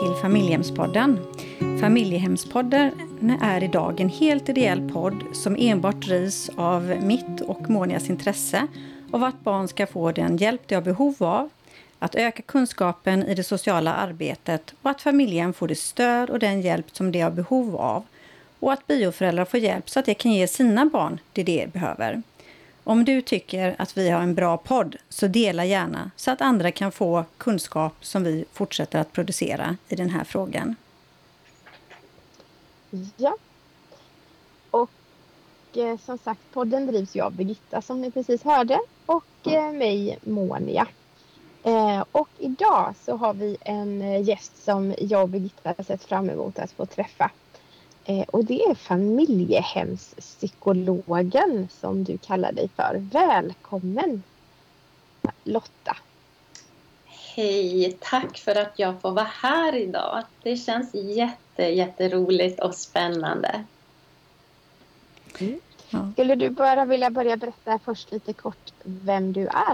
till Familjehemspodden. Familjehemspodden är idag en helt ideell podd som enbart drivs av mitt och Monias intresse av att barn ska få den hjälp de har behov av, att öka kunskapen i det sociala arbetet och att familjen får det stöd och den hjälp som de har behov av och att bioföräldrar får hjälp så att de kan ge sina barn det de behöver. Om du tycker att vi har en bra podd så dela gärna så att andra kan få kunskap som vi fortsätter att producera i den här frågan. Ja, och som sagt, podden drivs ju av Birgitta som ni precis hörde och mig, Monia. Och idag så har vi en gäst som jag och Birgitta har sett fram emot att få träffa. Och det är familjehemspsykologen som du kallar dig för. Välkommen Lotta. Hej, tack för att jag får vara här idag. Det känns jätteroligt och spännande. Mm. Ja. Skulle du vilja börja berätta först lite kort vem du är?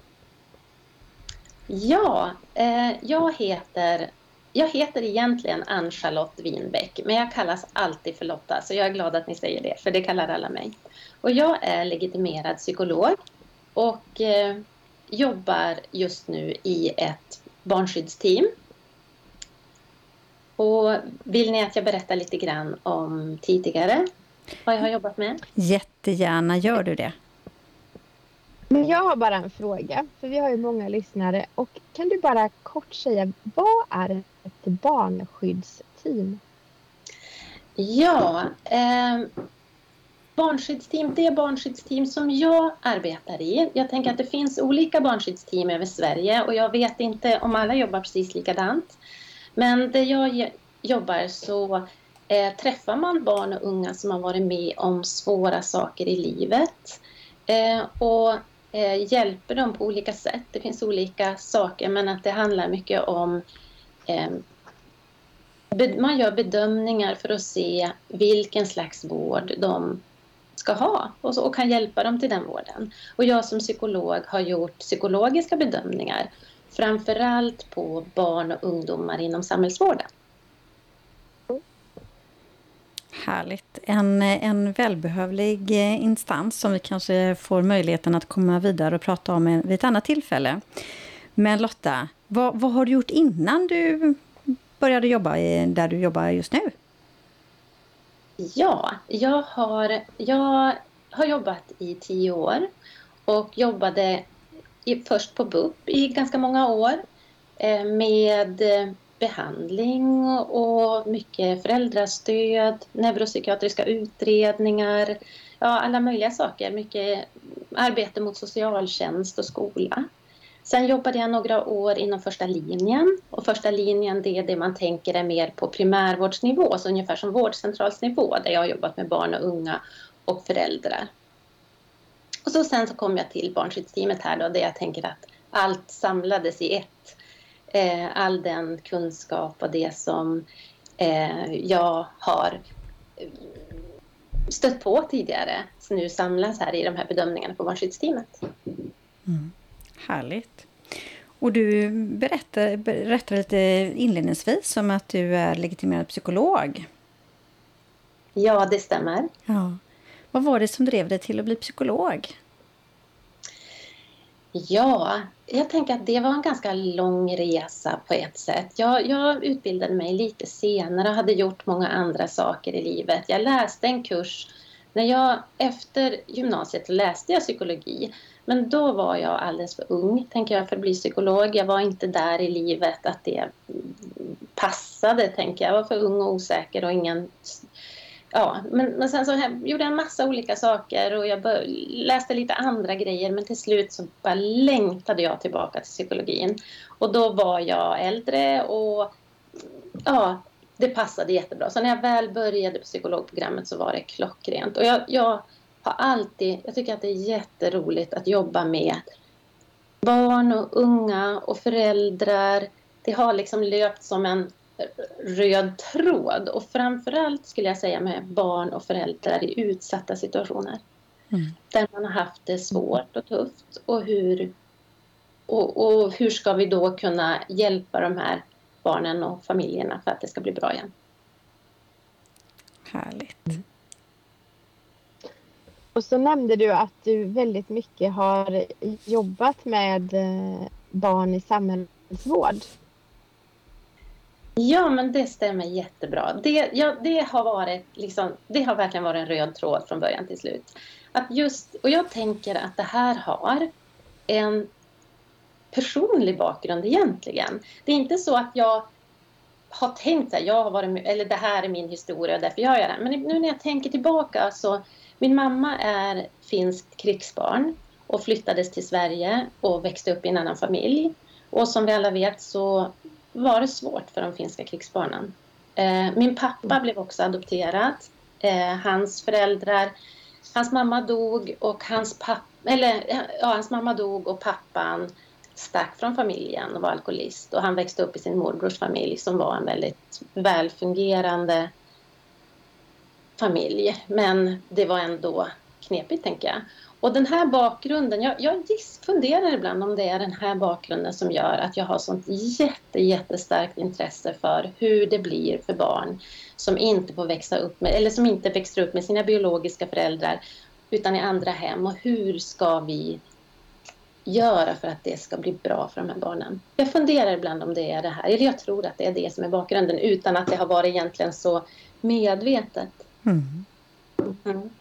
Ja, jag heter egentligen Ann-Charlotte Winbäck, men jag kallas alltid för Lotta, så jag är glad att ni säger det, för det kallar alla mig. Och jag är legitimerad psykolog och jobbar just nu i ett barnskyddsteam. Och vill ni att jag berättar lite grann om tidigare vad jag har jobbat med? Jättegärna, gör du det. Men jag har bara en fråga, för vi har ju många lyssnare. Och kan du bara kort säga, vad är ett barnskyddsteam? Ja, barnskyddsteam, det barnskyddsteam som jag arbetar i. Jag tänker att det finns olika barnskyddsteam över Sverige och jag vet inte om alla jobbar precis likadant. Men där jag jobbar så träffar man barn och unga som har varit med om svåra saker i livet. Och hjälper dem på olika sätt. Det finns olika saker, men att det handlar mycket om man gör bedömningar för att se vilken slags vård de ska ha och kan hjälpa dem till den vården. Och jag som psykolog har gjort psykologiska bedömningar framförallt på barn och ungdomar inom samhällsvården. Härligt. En välbehövlig instans som vi kanske får möjligheten att komma vidare och prata om vid ett annat tillfälle. Men Lotta, vad har du gjort innan du började jobba där du jobbar just nu? Ja, jag har jobbat i 10 år och jobbade först på BUP i ganska många år med behandling och mycket föräldrastöd, neuropsykiatriska utredningar, ja, alla möjliga saker, mycket arbete mot socialtjänst och skola. Sen jobbade jag några år inom första linjen och första linjen det är det man tänker är mer på primärvårdsnivå, så ungefär som vårdcentralsnivå där jag har jobbat med barn och unga och föräldrar. Och sen så kom jag till barnskyddsteamet här då, där jag tänker att allt samlades i ett. All den kunskap och det som jag har stött på tidigare så nu samlas här i de här bedömningarna på barnskyddsteamet. Mm. Härligt. Och du berättar lite inledningsvis om att du är legitimerad psykolog. Ja, det stämmer. Ja. Vad var det som drev dig till att bli psykolog? Ja, jag tänker att det var en ganska lång resa på ett sätt. Jag utbildade mig lite senare och hade gjort många andra saker i livet. Jag läste en kurs, efter gymnasiet läste jag psykologi. Men då var jag alldeles för ung, tänker jag, för att bli psykolog. Jag var inte där i livet att det passade, tänker jag. Jag var för ung och osäker och ingen... Ja, men sen så gjorde jag en massa olika saker och jag läste lite andra grejer, men till slut så bara längtade jag tillbaka till psykologin. Och då var jag äldre och ja, det passade jättebra. Så när jag väl började på psykologprogrammet så var det klockrent. Och jag tycker att det är jätteroligt att jobba med barn och unga och föräldrar. Det har liksom löpt som en röd tråd och framförallt skulle jag säga med barn och föräldrar i utsatta situationer där man har haft det svårt och tufft och hur ska vi då kunna hjälpa de här barnen och familjerna för att det ska bli bra igen. Härligt. Och så nämnde du att du väldigt mycket har jobbat med barn i samhällsvård. Ja, men det stämmer jättebra. Det har varit liksom, det har verkligen varit en röd tråd från början till slut. Och jag tänker att det här har en personlig bakgrund egentligen. Det är inte så att jag har tänkt att jag har varit med, eller det här är min historia och därför gör jag det. Men nu när jag tänker tillbaka så, min mamma är finskt krigsbarn och flyttades till Sverige och växte upp i en annan familj. Och som vi alla vet så var det svårt för de finska krigsbarnen. Min pappa blev också adopterad. Hans mamma dog och hans mamma dog och pappan stack från familjen och var alkoholist. Och han växte upp i sin morbrors familj som var en väldigt välfungerande familj. Men det var ändå knepigt, tänker jag. Och den här bakgrunden, jag funderar ibland om det är den här bakgrunden som gör att jag har sånt jättestarkt intresse för hur det blir för barn som inte får växa upp med, eller som inte växer upp med sina biologiska föräldrar utan i andra hem. Och hur ska vi göra för att det ska bli bra för de här barnen? Jag funderar ibland om det är det här, eller jag tror att det är det som är bakgrunden utan att det har varit egentligen så medvetet. Mm. Mm.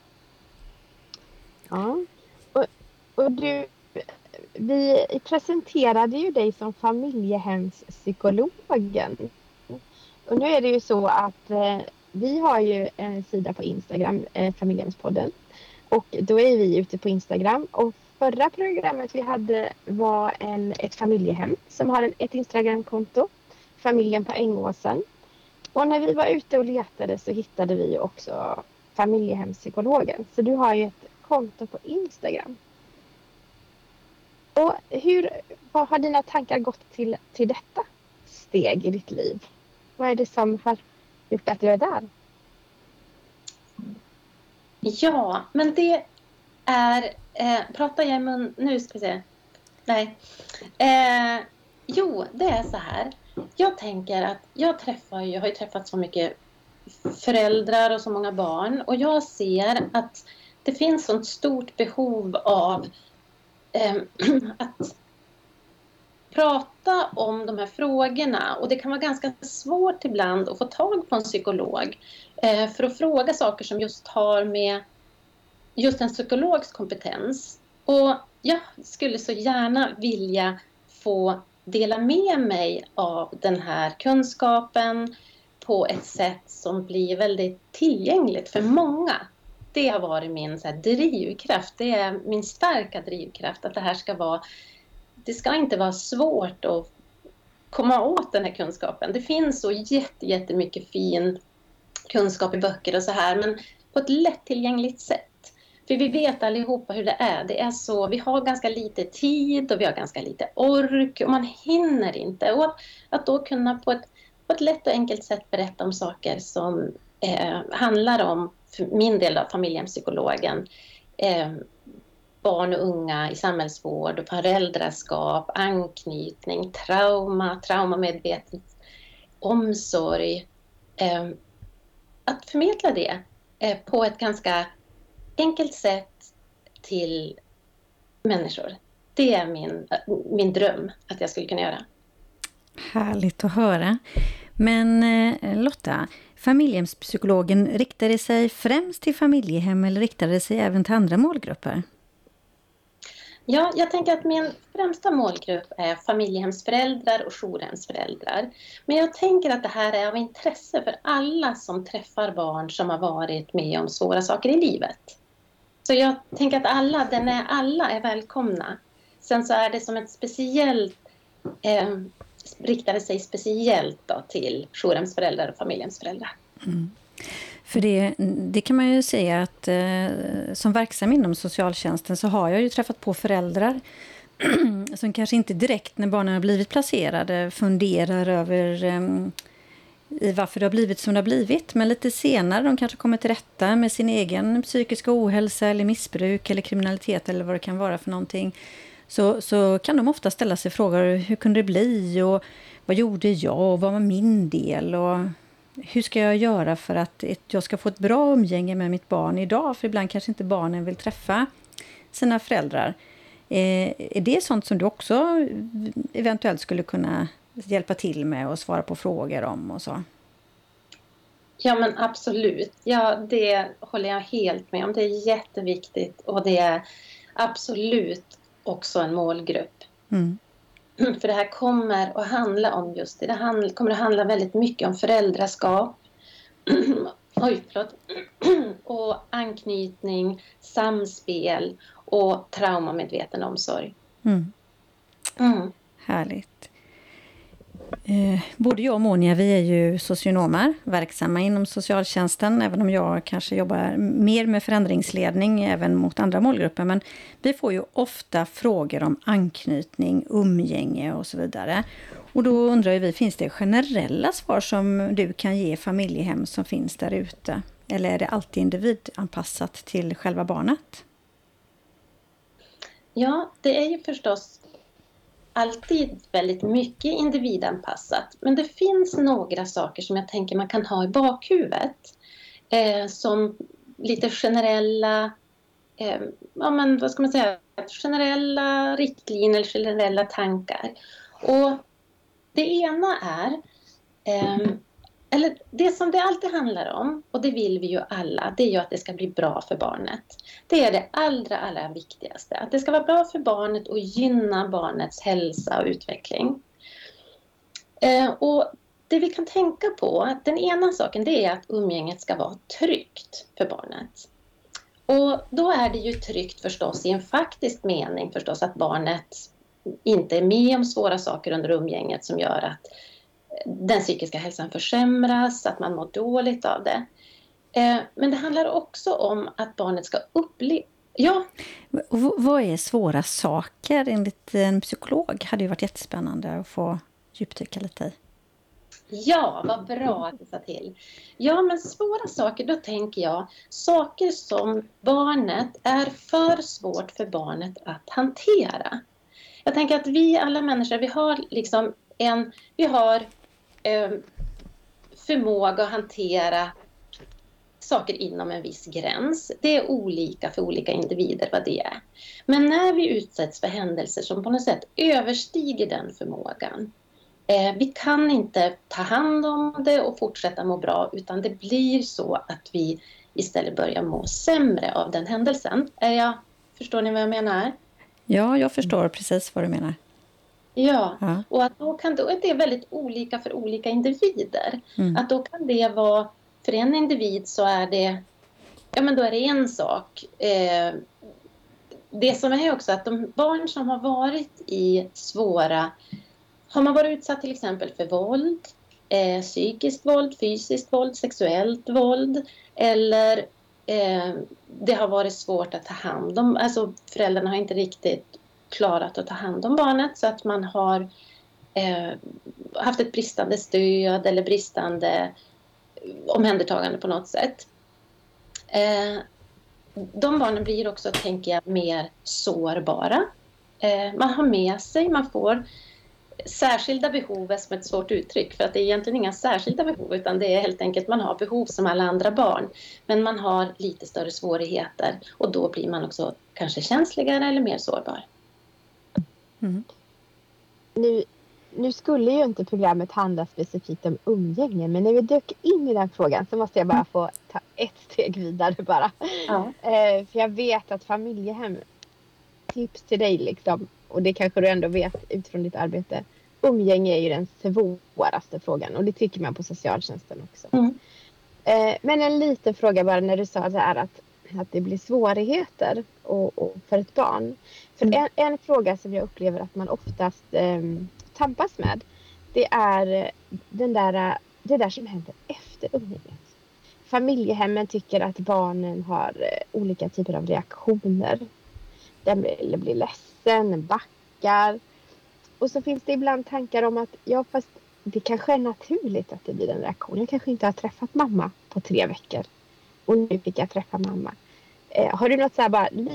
Ja. Och du, vi presenterade ju dig som familjehemspsykologen. Och nu är det ju så att vi har ju en sida på Instagram, Familjehemspodden. Och då är vi ute på Instagram. Och förra programmet vi hade var ett familjehem som har ett Instagramkonto, Familjen på Ängåsen. Och när vi var ute och letade så hittade vi också familjehemspsykologen. Så du har ju ett konto på Instagram. Och vad har dina tankar gått till detta steg i ditt liv? Vad är det som har gjort att du är där? Ja, men det är... pratar jag i mun... Nu ska vi se. Nej. Jo, det är så här. Jag tänker att jag har ju träffat så mycket föräldrar och så många barn. Och jag ser att det finns sånt stort behov av att prata om de här frågorna. Och det kan vara ganska svårt ibland att få tag på en psykolog för att fråga saker som just har med just en psykologs kompetens. Och jag skulle så gärna vilja få dela med mig av den här kunskapen på ett sätt som blir väldigt tillgängligt för många. Det har varit min drivkraft. Det är min starka drivkraft att det ska inte vara svårt att komma åt den här kunskapen. Det finns så jättemycket fin kunskap i böcker och så här, men på ett lättillgängligt sätt. För vi vet allihopa hur det är. Det är så, vi har ganska lite tid och vi har ganska lite ork och man hinner inte. Och att då kunna på ett lätt och enkelt sätt berätta om saker som handlar om, för min del av familjehemspsykologen, barn och unga i samhällsvård och föräldraskap, anknytning, traumamedveten omsorg. Att förmedla det på ett ganska enkelt sätt till människor. Det är min dröm att jag skulle kunna göra. Härligt att höra. Men Lotta, familjehemspsykologen, riktade sig främst till familjehem eller riktade sig även till andra målgrupper? Ja, jag tänker att min främsta målgrupp är familjehemsföräldrar och jourhemsföräldrar. Men jag tänker att det här är av intresse för alla som träffar barn som har varit med om svåra saker i livet. Så jag tänker att alla är välkomna. Sen så är det som ett speciellt, riktade sig speciellt då till jourhemsföräldrar och familjehemsföräldrar. Mm. För det kan man ju säga att som verksam inom socialtjänsten så har jag ju träffat på föräldrar som kanske inte direkt när barnen har blivit placerade funderar över i varför det har blivit som det har blivit. Men lite senare de kanske kommer till rätta med sin egen psykiska ohälsa eller missbruk eller kriminalitet eller vad det kan vara för någonting. så kan de ofta ställa sig frågor: hur kunde det bli? Och vad gjorde jag? Och vad var min del? Och hur ska jag göra för att jag ska få ett bra umgänge med mitt barn idag? För ibland kanske inte barnen vill träffa sina föräldrar. Är det sånt som du också eventuellt skulle kunna hjälpa till med och svara på frågor om och så? Ja, men absolut. Ja, det håller jag helt med om. Det är jätteviktigt och det är absolut också en målgrupp. Mm. För det här kommer att handla om just det. Det kommer att handla väldigt mycket om föräldraskap. Oj, förlåt. Och anknytning, samspel och traumamedveten omsorg. Mm. Mm. Härligt. Både jag och Monia, vi är ju socionomer, verksamma inom socialtjänsten, även om jag kanske jobbar mer med förändringsledning även mot andra målgrupper. Men vi får ju ofta frågor om anknytning, umgänge och så vidare. Och då undrar vi, finns det generella svar som du kan ge familjehem som finns där ute? Eller är det alltid individanpassat till själva barnet? Ja, det är ju förstås alltid väldigt mycket individanpassat. Men det finns några saker som jag tänker man kan ha i bakhuvudet. Som lite generella, ja men vad ska man säga, generella riktlinjer eller generella tankar. Och det ena är, eller det som det alltid handlar om, och det vill vi ju alla, det är ju att det ska bli bra för barnet. Det är det allra viktigaste. Att det ska vara bra för barnet och gynna barnets hälsa och utveckling. Och det vi kan tänka på, den ena saken, det är att umgänget ska vara tryggt för barnet. Och då är det ju tryggt förstås i en faktisk mening förstås att barnet inte är med om svåra saker under umgänget som gör att den psykiska hälsan försämras, att man mår dåligt av det. Men det handlar också om att barnet ska uppleva... Ja. Vad är svåra saker enligt en psykolog? Hade ju varit jättespännande att få djupdyka lite i. Ja, vad bra att du sa till. Ja, men svåra saker, då tänker jag saker som barnet är för svårt för barnet att hantera. Jag tänker att vi alla människor, vi har liksom förmåga att hantera saker inom en viss gräns. Det är olika för olika individer vad det är. Men när vi utsätts för händelser som på något sätt överstiger den förmågan. Vi kan inte ta hand om det och fortsätta må bra, utan det blir så att vi istället börjar må sämre av den händelsen. Förstår ni vad jag menar? Ja, jag förstår precis vad du menar. Ja, och att då är det väldigt olika för olika individer. Mm. Att då kan det vara, för en individ så är det, ja men då är det en sak. Det som är också att de barn som har varit i svåra, har man varit utsatt till exempel för våld, psykiskt våld, fysiskt våld, sexuellt våld, eller det har varit svårt att ta hand om, alltså föräldrarna har inte riktigt klarat att ta hand om barnet så att man har haft ett bristande stöd eller bristande omhändertagande på något sätt. De barnen blir också, tänker jag, mer sårbara. Man har med sig, man får särskilda behov som ett svårt uttryck, för att det är egentligen inga särskilda behov, utan det är helt enkelt man har behov som alla andra barn, men man har lite större svårigheter och då blir man också kanske känsligare eller mer sårbar. Mm. Nu skulle ju inte programmet handla specifikt om umgänge, men när vi dök in i den frågan så måste jag bara få ta ett steg vidare bara. Ja. För jag vet att familjehem, tips till dig liksom, och det kanske du ändå vet utifrån ditt arbete, umgänge är ju den svåraste frågan och det tycker man på socialtjänsten också. Mm. Men en liten fråga bara när du sa så här att det blir svårigheter och för ett barn. För en fråga som jag upplever att man oftast tampas med, det är det där som händer efter umgänget. Familjehemmen tycker att barnen har olika typer av reaktioner. Den blir ledsen, backar. Och så finns det ibland tankar om att fast det kanske är naturligt att det blir en reaktion. Jag kanske inte har träffat mamma på 3 veckor. Och nu fick jag träffa mamma. Har du något så här bara litet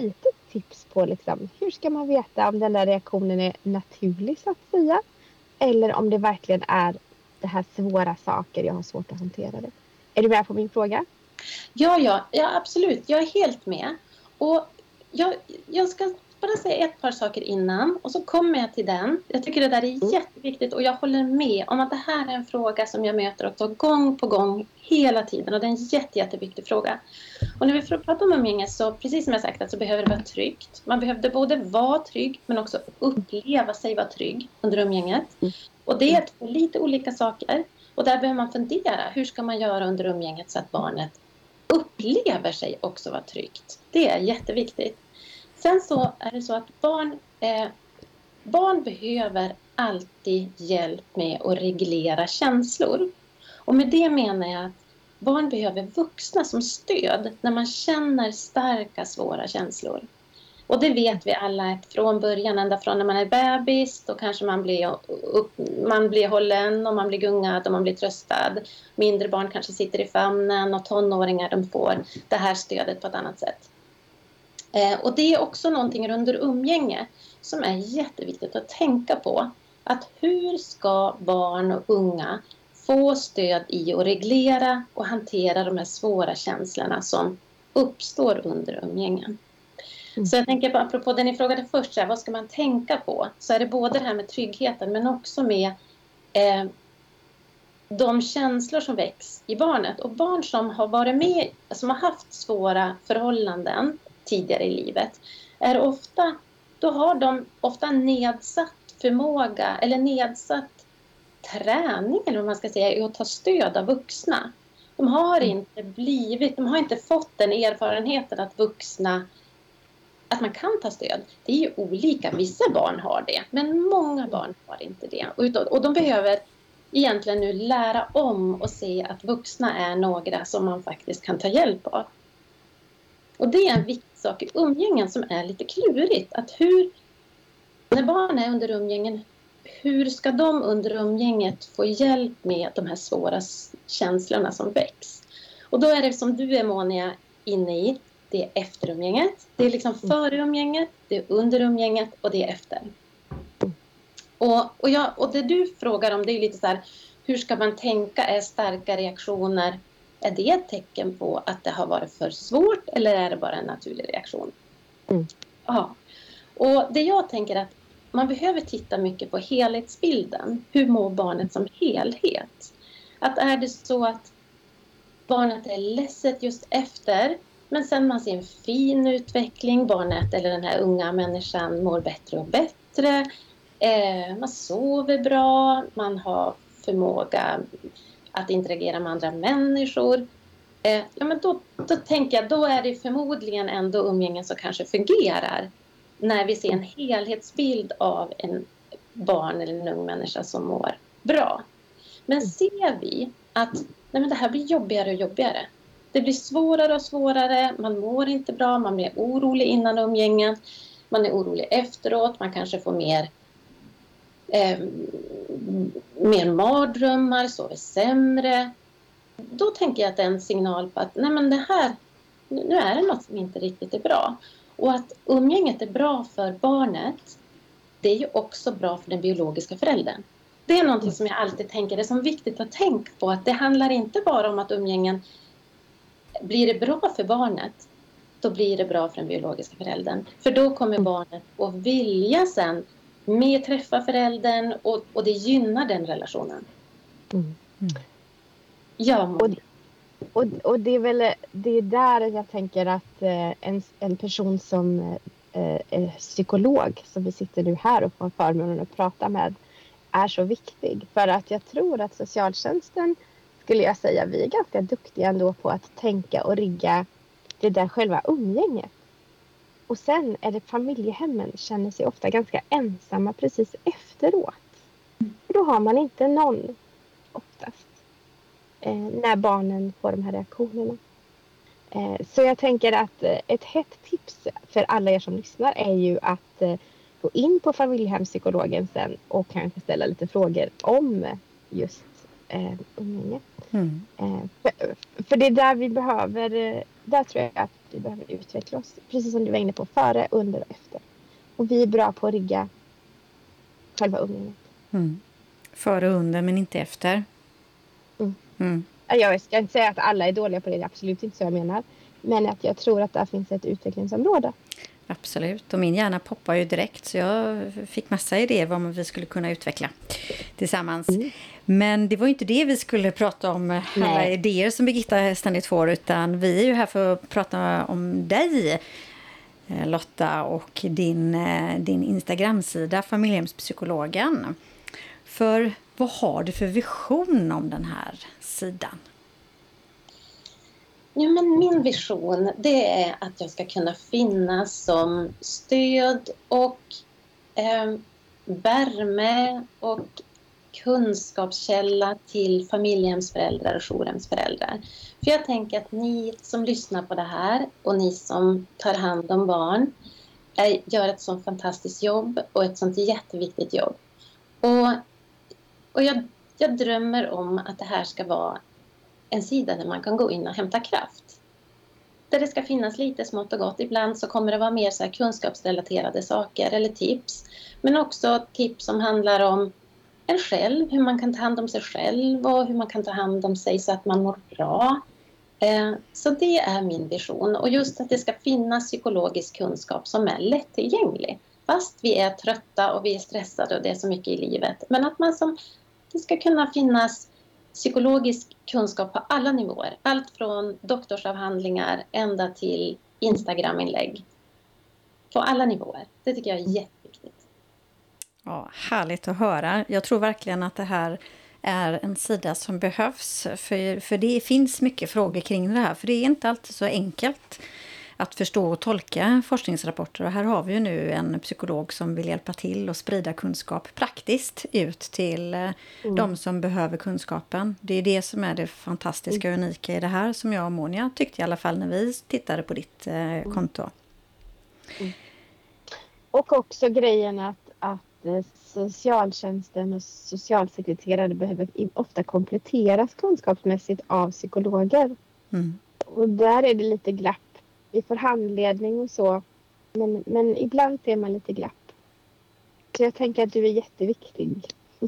tips på liksom, hur ska man veta om den där reaktionen är naturlig så att säga? Eller om det verkligen är det här svåra saker, jag har svårt att hantera det. Är du med på min fråga? Ja, absolut. Jag är helt med. Och jag ska bara säga ett par saker innan och så kommer jag till den. Jag tycker det där är jätteviktigt och jag håller med om att det här är en fråga som jag möter också gång på gång hela tiden och det är en jätteviktig fråga. Och när vi pratar om umgänge så, precis som jag sagt, så behöver det vara tryggt. Man behövde både vara trygg men också uppleva sig vara trygg under umgänget. Och det är två lite olika saker. Och där behöver man fundera, hur ska man göra under umgänget så att barnet upplever sig också vara tryggt. Det är jätteviktigt. Sen så är det så att barn behöver alltid hjälp med att reglera känslor. Och med det menar jag att barn behöver vuxna som stöd när man känner starka, svåra känslor. Och det vet vi alla från början, ända från när man är bebis, då kanske man blir hållen och man blir gungad och man blir tröstad. Mindre barn kanske sitter i famnen och tonåringar, de får det här stödet på ett annat sätt. Och det är också någonting under umgänge som är jätteviktigt att tänka på. Att hur ska barn och unga få stöd i att reglera och hantera de här svåra känslorna som uppstår under umgängen. Så jag tänker på, apropå det ni frågade först, så här, vad ska man tänka på? Så är det både det här med tryggheten men också med de känslor som väcks i barnet. Och barn som har varit med, som har haft svåra förhållanden tidigare i livet, då har de ofta nedsatt förmåga eller nedsatt träning, eller vad man ska säga, i att ta stöd av vuxna. De har inte fått den erfarenheten att man kan ta stöd. Det är ju olika. Vissa barn har det, men många barn har inte det. Och de behöver egentligen nu lära om och se att vuxna är några som man faktiskt kan ta hjälp av. Och det är en viktig sak i umgängen som är lite klurigt. Att när barn är under umgängen, hur ska de under umgänget få hjälp med de här svåra känslorna som väcks? Och då är det som du är, Monia, inne i. Det är efter umgänget, det är liksom före umgänget, det är under umgänget och det är efter. Och det du frågar om, det är lite så här, hur ska man tänka? Är starka reaktioner, är det ett tecken på att det har varit för svårt eller är det bara en naturlig reaktion? Ja. Och det jag tänker att man behöver titta mycket på helhetsbilden. Hur mår barnet som helhet? Att är det så att barnet är ledset just efter, men sen man ser en fin utveckling, barnet eller den här unga människan mår bättre och bättre. Man sover bra, man har förmåga att interagera med andra människor. Men då tänker jag, då är det förmodligen ändå umgängen som kanske fungerar. När vi ser en helhetsbild av en barn eller en ung människa som mår bra. Men ser vi att det här blir jobbigare och jobbigare. Det blir svårare och svårare, man mår inte bra, man blir orolig innan umgängen, man är orolig efteråt, man kanske får mer mardrömmar, sover sämre. Då tänker jag att det är en signal på att nu är det något som inte riktigt är bra. Och att umgänget är bra för barnet, det är ju också bra för den biologiska föräldern. Det är någonting som jag alltid tänker är som viktigt att tänka på, att det handlar inte bara om att umgängen blir det bra för barnet, då blir det bra för den biologiska föräldern. För då kommer barnet att vilja sen mer träffa föräldern och det gynnar den relationen. Ja. Och det är väl det är där jag tänker att en person som är psykolog, som vi sitter nu här och får förmånen att prata med, är så viktig. För att jag tror att socialtjänsten, skulle jag säga, vi är ganska duktiga ändå på att tänka och rigga det där själva umgänget. Och sen är det familjehemmen känner sig ofta ganska ensamma precis efteråt. Då har man inte någon oftast när barnen får de här reaktionerna. Så jag tänker att ett hett tips för alla er som lyssnar är ju att gå in på familjehemspsykologen sen och kanske ställa lite frågor om just umgänge. För det är där vi behöver, där tror jag att vi behöver utveckla oss. Precis som du var inne på, före, under och efter. Och vi är bra på att rigga själva umgänget. Före och under, men inte efter. Jag ska inte säga att alla är dåliga på det, absolut inte så jag menar. Men att jag tror att där finns ett utvecklingsområde. Absolut, och min hjärna poppar ju direkt, så jag fick massa idéer vad vi skulle kunna utveckla tillsammans. Men det var ju inte det vi skulle prata om, alla idéer som Birgitta ständigt får, utan vi är ju här för att prata om dig, Lotta, och din Instagram-sida, Familjehemspsykologen. För vad har du för vision om den här sidan? Ja, men min vision, det är att jag ska kunna finnas som stöd och värme och kunskapskälla till familjehemsföräldrar och jourhemsföräldrar. För jag tänker att ni som lyssnar på det här och ni som tar hand om barn gör ett sånt fantastiskt jobb och ett sånt jätteviktigt jobb. Och jag drömmer om att det här ska vara en sida där man kan gå in och hämta kraft. Där det ska finnas lite smått och gott. Ibland så kommer det vara mer så här kunskapsrelaterade saker eller tips. Men också tips som handlar om en själv. Hur man kan ta hand om sig själv och hur man kan ta hand om sig så att man mår bra. Så det är min vision. Och just att det ska finnas psykologisk kunskap som är lättillgänglig. Fast vi är trötta och vi är stressade och det är så mycket i livet. Men att det ska kunna finnas psykologisk kunskap på alla nivåer. Allt från doktorsavhandlingar ända till Instagram-inlägg. På alla nivåer. Det tycker jag är jätteviktigt. Ja, härligt att höra. Jag tror verkligen att det här är en sida som behövs. För det finns mycket frågor kring det här. För det är inte alltid så enkelt att förstå och tolka forskningsrapporter. Och här har vi ju nu en psykolog som vill hjälpa till och sprida kunskap praktiskt ut till de som behöver kunskapen. Det är det som är det fantastiska och unika i det här, som jag och Monia tyckte i alla fall när vi tittade på ditt konto. Och också grejen att socialtjänsten och socialsekreterare behöver ofta kompletteras kunskapsmässigt av psykologer. Och där är det lite glapp. Vi får handledning och så. Men ibland ser man lite glapp. Så jag tänker att du är jätteviktig.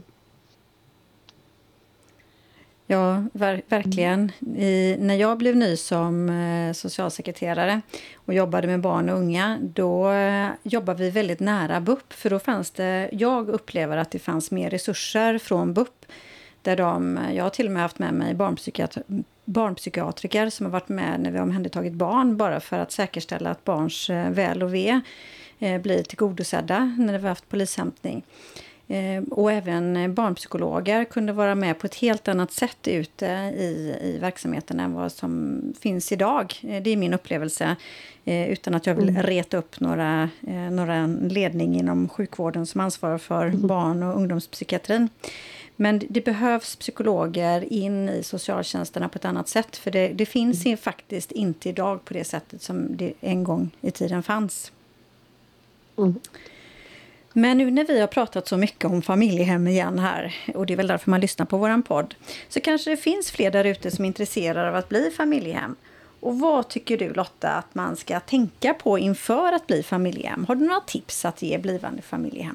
Ja, verkligen. När jag blev ny som socialsekreterare och jobbade med barn och unga, då jobbade vi väldigt nära BUP. För då jag upplever att det fanns mer resurser från BUP. Där jag har till och med haft med mig barnpsykiatriker som har varit med när vi har omhändertagit barn, bara för att säkerställa att barns väl och ve blir tillgodosedda när vi har haft polishämtning. Och även barnpsykologer kunde vara med på ett helt annat sätt ute i verksamheten än vad som finns idag. Det är min upplevelse, utan att jag vill reta upp några ledning inom sjukvården som ansvarar för barn- och ungdomspsykiatrin. Men det behövs psykologer in i socialtjänsterna på ett annat sätt. För det finns faktiskt inte idag på det sättet som det en gång i tiden fanns. Men nu när vi har pratat så mycket om familjehem igen här, och det är väl därför man lyssnar på våran podd, så kanske det finns fler där ute som är intresserade av att bli familjehem. Och vad tycker du, Lotta, att man ska tänka på inför att bli familjehem? Har du några tips att ge blivande familjehem?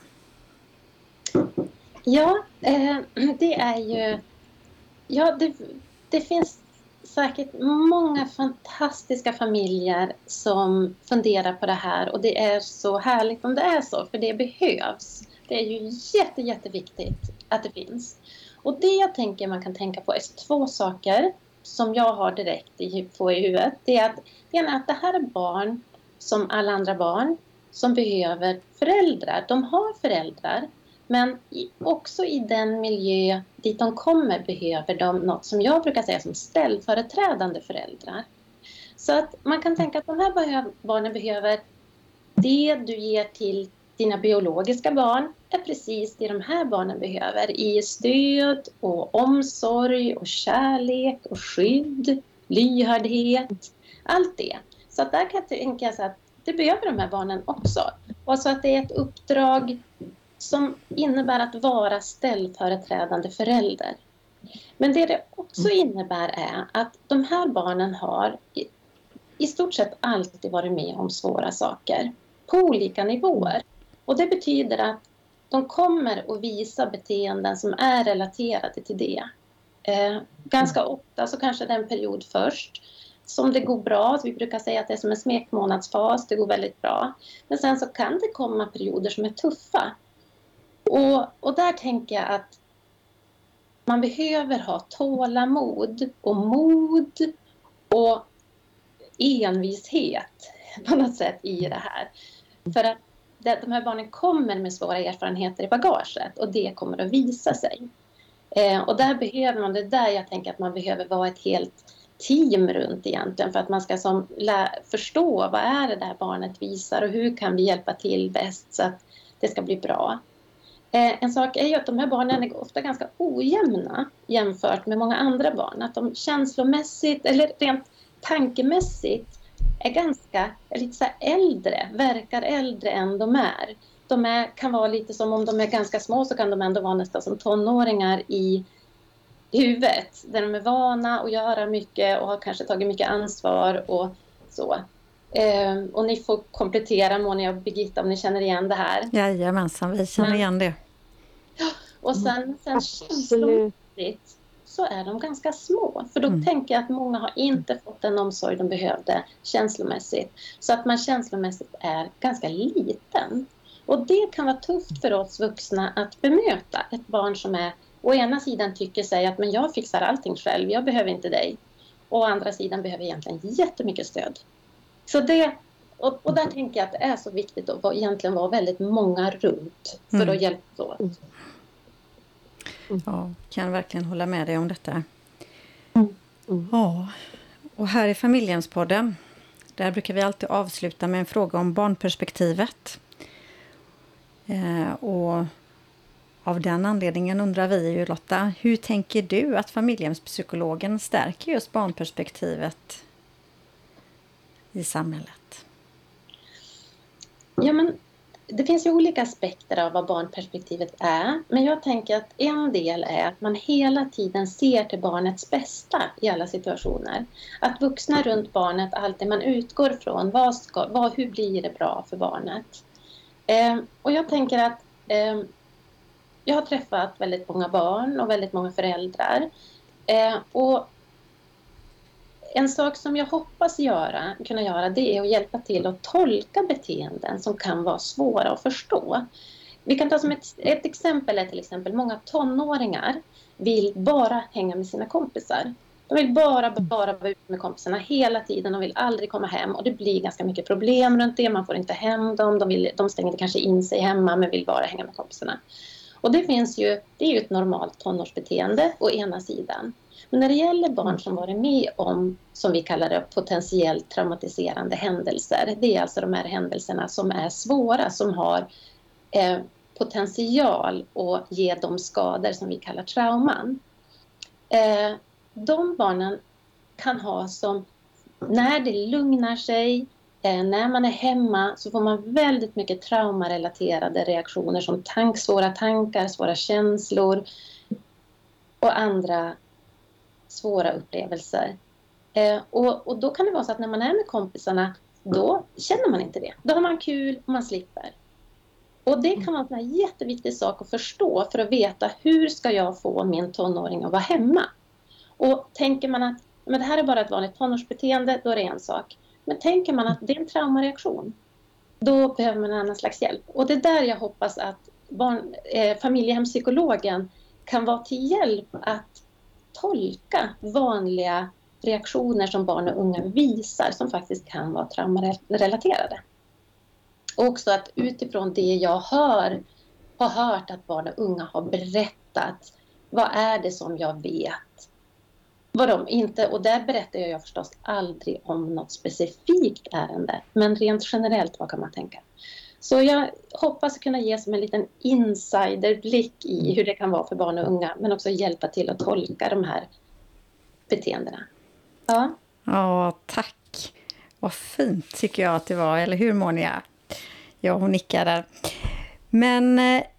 Ja, det är ju... Ja, det finns säkert många fantastiska familjer som funderar på det här. Och det är så härligt om det är så, för det behövs. Det är ju jätteviktigt att det finns. Och det jag tänker man kan tänka på är 2 saker som jag har direkt på i huvudet. Det är att det här är barn som alla andra barn som behöver föräldrar. De har föräldrar. Men också i den miljö dit de kommer behöver de något som jag brukar säga som ställföreträdande föräldrar. Så att man kan tänka att de här barnen behöver det du ger till dina biologiska barn är precis det de här barnen behöver i stöd och omsorg och kärlek och skydd, lyhördhet, allt det. Så att där kan jag tänka så att det behöver de här barnen också. Och så att det är ett uppdrag som innebär att vara ställföreträdande förälder. Men det också innebär är att de här barnen har i stort sett alltid varit med om svåra saker på olika nivåer. Och det betyder att de kommer att visa beteenden som är relaterade till det. Ganska ofta så kanske det är en period först som det går bra. Vi brukar säga att det är som en smekmånadsfas, det går väldigt bra. Men sen så kan det komma perioder som är tuffa. Och där tänker jag att man behöver ha tålamod och mod och envishet på något sätt i det här. För att de här barnen kommer med svåra erfarenheter i bagaget och det kommer att visa sig. Och där behöver man, det där jag tänker att man behöver vara ett helt team runt egentligen för att man ska förstå vad är det där barnet visar och hur kan vi hjälpa till bäst så att det ska bli bra. En sak är ju att de här barnen är ofta ganska ojämna jämfört med många andra barn. Att de känslomässigt eller rent tankemässigt är lite så här äldre, verkar äldre än de är. Kan vara lite som om de är ganska små så kan de ändå vara nästan som tonåringar i huvudet. Där de är vana att göra mycket och har kanske tagit mycket ansvar och så. Och ni får komplettera Monia och Birgitta om ni känner igen det här. Jajamensan, vi känner igen det. Ja, och sen känslomässigt så är de ganska små. För då tänker jag att många har inte fått den omsorg de behövde känslomässigt. Så att man känslomässigt är ganska liten. Och det kan vara tufft för oss vuxna att bemöta ett barn som är å ena sidan tycker sig att men jag fixar allting själv, jag behöver inte dig. Och å andra sidan behöver egentligen jättemycket stöd. Så och där tänker jag att det är så viktigt att egentligen vara väldigt många runt för att hjälpas åt. Ja, kan verkligen hålla med dig om detta. Ja, och här i Familjehemspodden, där brukar vi alltid avsluta med en fråga om barnperspektivet. Och av den anledningen undrar vi ju, Lotta, hur tänker du att familjehemspsykologen stärker just barnperspektivet i samhället? Ja, men det finns ju olika aspekter av vad barnperspektivet är. Men jag tänker att en del är att man hela tiden ser till barnets bästa i alla situationer. Att vuxna runt barnet alltid man utgår från hur blir det bra för barnet. Och jag tänker att jag har träffat väldigt många barn och väldigt många föräldrar. Och en sak som jag hoppas kunna göra det är att hjälpa till att tolka beteenden som kan vara svåra att förstå. Vi kan ta som ett exempel är till exempel många tonåringar vill bara hänga med sina kompisar. De vill bara vara ute med kompisarna hela tiden och vill aldrig komma hem. Och det blir ganska mycket problem runt det. Man får inte hem dem. De stänger kanske in sig hemma men vill bara hänga med kompisarna. Och det är ju ett normalt tonårsbeteende å ena sidan. Men när det gäller barn som varit med om, som vi kallar det, potentiellt traumatiserande händelser. Det är alltså de här händelserna som är svåra, som har potential att ge de skador som vi kallar trauman. De barnen kan ha som, när det lugnar sig, när man är hemma så får man väldigt mycket traumarelaterade reaktioner som svåra tankar, svåra känslor och andra svåra upplevelser. Och då kan det vara så att när man är med kompisarna, då känner man inte det. Då har man kul och man slipper. Och det kan vara en jätteviktig sak att förstå för att veta hur ska jag få min tonåring att vara hemma. Och tänker man att men det här är bara ett vanligt tonårsbeteende, då är det en sak. Men tänker man att det är en traumareaktion, då behöver man en annan slags hjälp. Och det är där jag hoppas att familjehemspsykologen kan vara till hjälp att tolka vanliga reaktioner som barn och unga visar som faktiskt kan vara traumarelaterade. Och också att utifrån det jag har hört att barn och unga har berättat, vad är det som jag vet? Vad de inte, och där berättar jag förstås aldrig om något specifikt ärende, men rent generellt vad kan man tänka? Så jag hoppas kunna ge som en liten insiderblick i hur det kan vara för barn och unga, men också hjälpa till att tolka de här beteendena. Ja. Ja, tack. Vad fint tycker jag att det var, eller hur Monia? Ja, hon nickar där. Men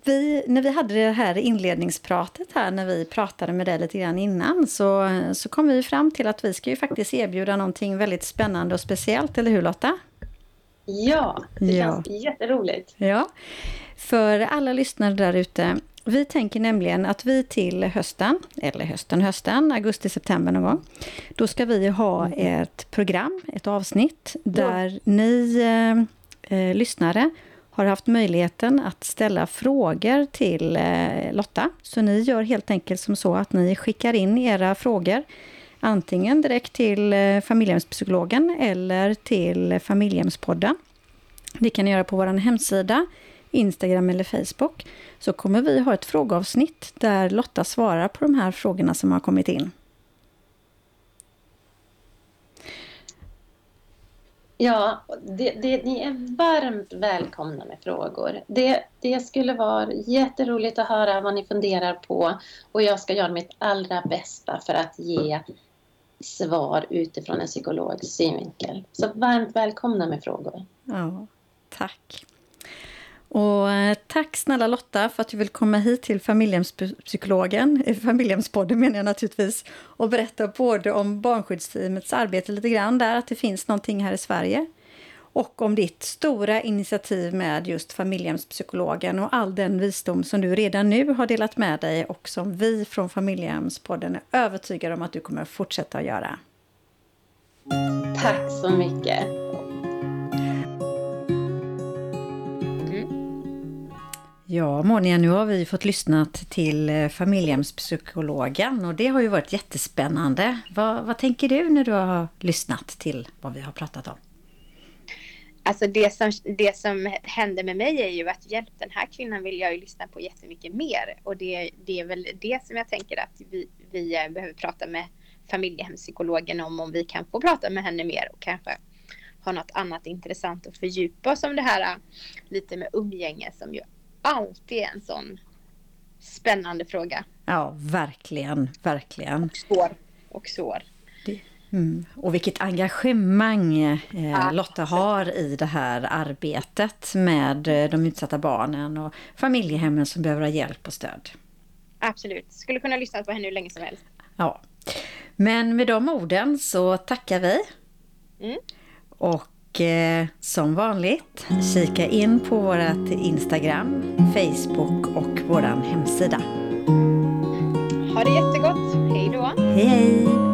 när vi hade det här inledningspratet här, när vi pratade med dig lite grann innan, så kom vi fram till att vi ska ju faktiskt erbjuda någonting väldigt spännande och speciellt, eller hur Lotta? Ja, det känns jätteroligt. Ja, för alla lyssnare där ute, vi tänker nämligen att vi till hösten, augusti-september någon gång, då ska vi ha ett program, ett avsnitt där ni lyssnare har haft möjligheten att ställa frågor till Lotta. Så ni gör helt enkelt som så att ni skickar in era frågor antingen direkt till Familjehemspsykologen eller till Familjehemspodden. Det kan ni göra på vår hemsida, Instagram eller Facebook. Så kommer vi ha ett frågeavsnitt där Lotta svarar på de här frågorna som har kommit in. Ja, ni är varmt välkomna med frågor. Det skulle vara jätteroligt att höra vad ni funderar på. Och jag ska göra mitt allra bästa för att ge svar utifrån en psykologs synvinkel. Så varmt välkomna med frågor. Ja, tack. Och tack snälla Lotta för att du vill komma hit till Familjehemspodden menar jag naturligtvis, och berätta både om barnskyddsteamets arbete lite grann där, att det finns någonting här i Sverige, och om ditt stora initiativ med just Familjehemspsykologen och all den visdom som du redan nu har delat med dig och som vi från Familjehemspodden är övertygade om att du kommer att fortsätta att göra. Tack så mycket. Ja, Monia, nu har vi fått lyssnat till Familjehemspsykologen och det har ju varit jättespännande. Vad tänker du när du har lyssnat till vad vi har pratat om? Alltså det som händer med mig är ju att den här kvinnan vill jag ju lyssna på jättemycket mer. Och det är väl det som jag tänker att vi behöver prata med Familjehemspsykologen om vi kan få prata med henne mer och kanske ha något annat intressant att fördjupa oss om det här lite med umgänge som ju alltid är en sån spännande fråga. Ja, verkligen, verkligen. Och svår. Och vilket engagemang Lotta har i det här arbetet med de utsatta barnen och familjehemmen som behöver ha hjälp och stöd. Absolut. Skulle kunna lyssna på henne hur länge som helst. Ja. Men med de orden så tackar vi. Och som vanligt, kika in på vårt Instagram, Facebook och våran hemsida. Ha det jättegott. Hej då. Hej hej.